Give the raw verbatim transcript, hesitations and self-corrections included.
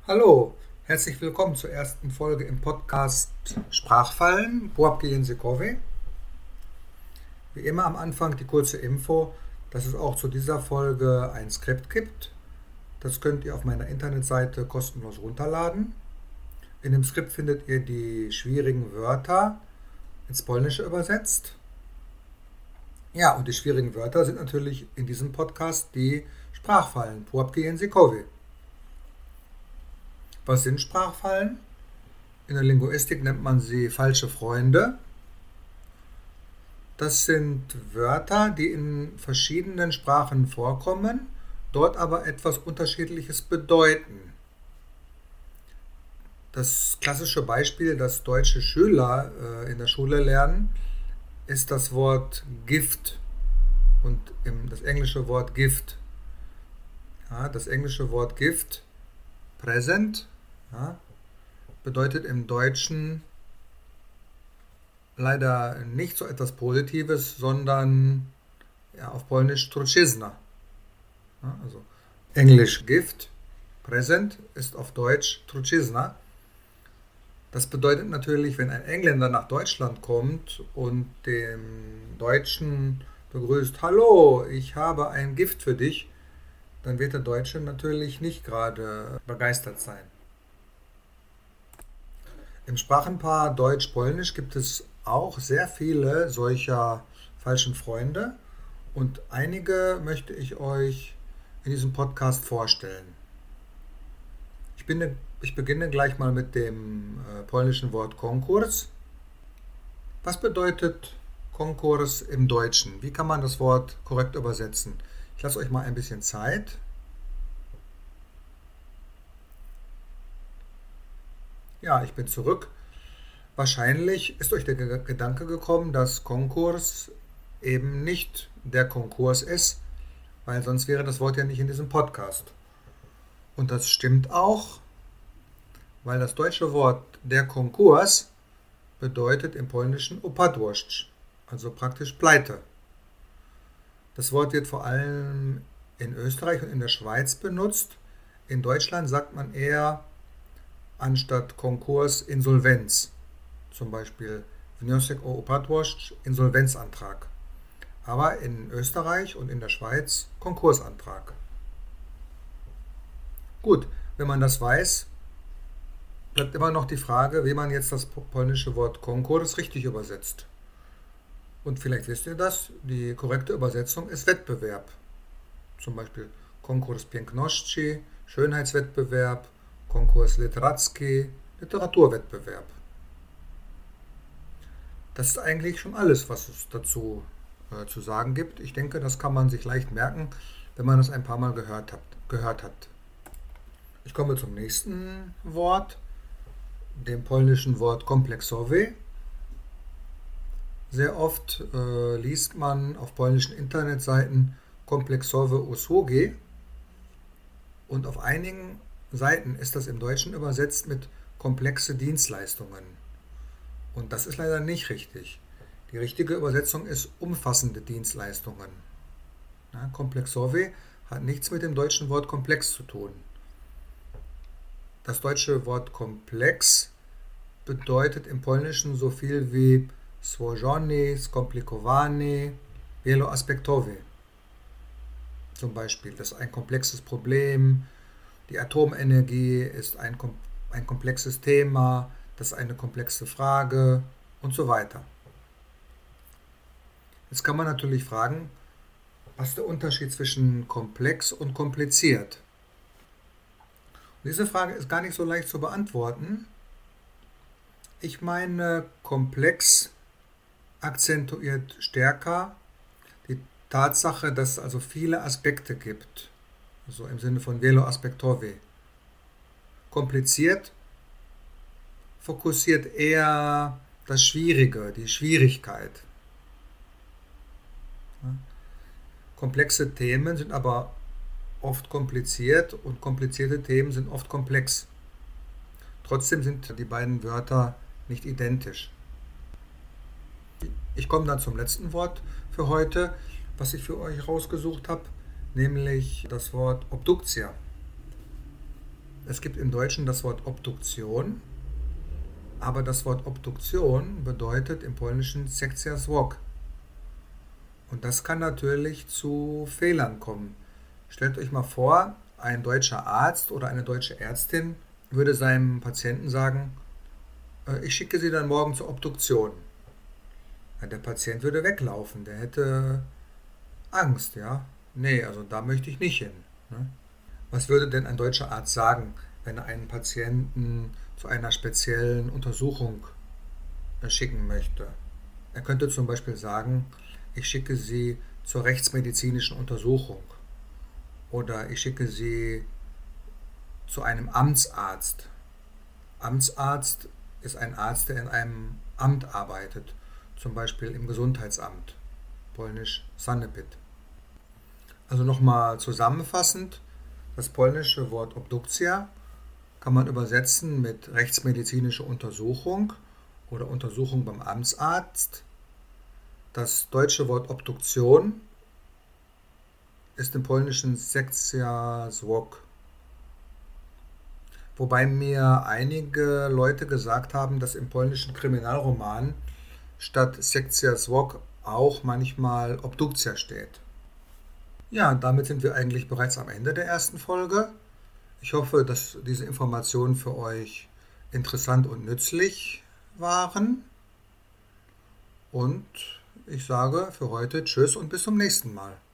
Hallo, herzlich willkommen zur ersten Folge im Podcast Sprachfallen, Pułapki językowe. Wie immer am Anfang die kurze Info, dass es auch zu dieser Folge ein Skript gibt. Das könnt ihr auf meiner Internetseite kostenlos runterladen. In dem Skript findet ihr die schwierigen Wörter ins Polnische übersetzt. Ja, und die schwierigen Wörter sind natürlich in diesem Podcast die Sprachfallen, Pułapki językowe. Was sind Sprachfallen? In der Linguistik nennt man sie falsche Freunde. Das sind Wörter, die in verschiedenen Sprachen vorkommen, dort aber etwas Unterschiedliches bedeuten. Das klassische Beispiel, das deutsche Schüler äh, in der Schule lernen, ist das Wort Gift und im, das englische Wort Gift. Ja, das englische Wort Gift, Present, ja, bedeutet im Deutschen leider nicht so etwas Positives, sondern ja, auf Polnisch trucizna. Ja, also Englisch Gift, Present ist auf Deutsch trucizna. Das bedeutet natürlich, wenn ein Engländer nach Deutschland kommt und dem Deutschen begrüßt, hallo, ich habe ein Gift für dich, dann wird der Deutsche natürlich nicht gerade begeistert sein. Im Sprachenpaar Deutsch-Polnisch gibt es auch sehr viele solcher falschen Freunde und einige möchte ich euch in diesem Podcast vorstellen. Ich, bin, ich beginne gleich mal mit dem äh, polnischen Wort Konkurs. Was bedeutet Konkurs im Deutschen? Wie kann man das Wort korrekt übersetzen? Ich lasse euch mal ein bisschen Zeit. Ja, ich bin zurück. Wahrscheinlich ist euch der Gedanke gekommen, dass Konkurs eben nicht der Konkurs ist, weil sonst wäre das Wort ja nicht in diesem Podcast. Und das stimmt auch, weil das deutsche Wort der Konkurs bedeutet im Polnischen upadłość, also praktisch Pleite. Das Wort wird vor allem in Österreich und in der Schweiz benutzt. In Deutschland sagt man eher anstatt Konkurs Insolvenz. Zum Beispiel Wniosek o upadłość, Insolvenzantrag. Aber in Österreich und in der Schweiz Konkursantrag. Gut, wenn man das weiß, bleibt immer noch die Frage, wie man jetzt das polnische Wort Konkurs richtig übersetzt. Und vielleicht wisst ihr das, die korrekte Übersetzung ist Wettbewerb. Zum Beispiel Konkurs Piękności, Schönheitswettbewerb, Konkurs Literacki, Literaturwettbewerb. Das ist eigentlich schon alles, was es dazu äh, zu sagen gibt. Ich denke, das kann man sich leicht merken, wenn man es ein paar Mal gehört hat. Gehört hat. Ich komme zum nächsten Wort, dem polnischen Wort kompleksowy. Sehr oft äh, liest man auf polnischen Internetseiten kompleksowe usługi und auf einigen Seiten ist das im Deutschen übersetzt mit komplexe Dienstleistungen. Und das ist leider nicht richtig. Die richtige Übersetzung ist umfassende Dienstleistungen. Ja, kompleksowy hat nichts mit dem deutschen Wort komplex zu tun. Das deutsche Wort komplex bedeutet im Polnischen so viel wie złożony, skomplikowany, wieloaspektowy. Zum Beispiel, das ist ein komplexes Problem. Die Atomenergie ist ein, ein komplexes Thema, das ist eine komplexe Frage und so weiter. Jetzt kann man natürlich fragen, was ist der Unterschied zwischen komplex und kompliziert? Und diese Frage ist gar nicht so leicht zu beantworten. Ich meine, komplex akzentuiert stärker die Tatsache, dass es also viele Aspekte gibt. So im Sinne von wieloaspektowy. Kompliziert fokussiert eher das Schwierige, die Schwierigkeit. Komplexe Themen sind aber oft kompliziert und komplizierte Themen sind oft komplex. Trotzdem sind die beiden Wörter nicht identisch. Ich komme dann zum letzten Wort für heute, was ich für euch rausgesucht habe, nämlich das Wort Obdukcja. Es gibt im Deutschen das Wort Obduktion, aber das Wort Obduktion bedeutet im Polnischen sekcja zwłok. Und das kann natürlich zu Fehlern kommen. Stellt euch mal vor, ein deutscher Arzt oder eine deutsche Ärztin würde seinem Patienten sagen, äh, ich schicke Sie dann morgen zur Obduktion. Ja, der Patient würde weglaufen, der hätte Angst, ja. Nee, also da möchte ich nicht hin. Ne? Was würde denn ein deutscher Arzt sagen, wenn er einen Patienten zu einer speziellen Untersuchung äh, schicken möchte? Er könnte zum Beispiel sagen, ich schicke Sie zur rechtsmedizinischen Untersuchung oder ich schicke Sie zu einem Amtsarzt. Amtsarzt ist ein Arzt, der in einem Amt arbeitet, zum Beispiel im Gesundheitsamt, polnisch Sanepid. Also nochmal zusammenfassend, das polnische Wort Obdukcja kann man übersetzen mit rechtsmedizinische Untersuchung oder Untersuchung beim Amtsarzt. Das deutsche Wort Obduktion ist im Polnischen sekcja zwłok. Wobei mir einige Leute gesagt haben, dass im polnischen Kriminalroman statt sekcja zwłok auch manchmal Obdukcja steht. Ja, damit sind wir eigentlich bereits am Ende der ersten Folge. Ich hoffe, dass diese Informationen für euch interessant und nützlich waren. Und ich sage für heute Tschüss und bis zum nächsten Mal.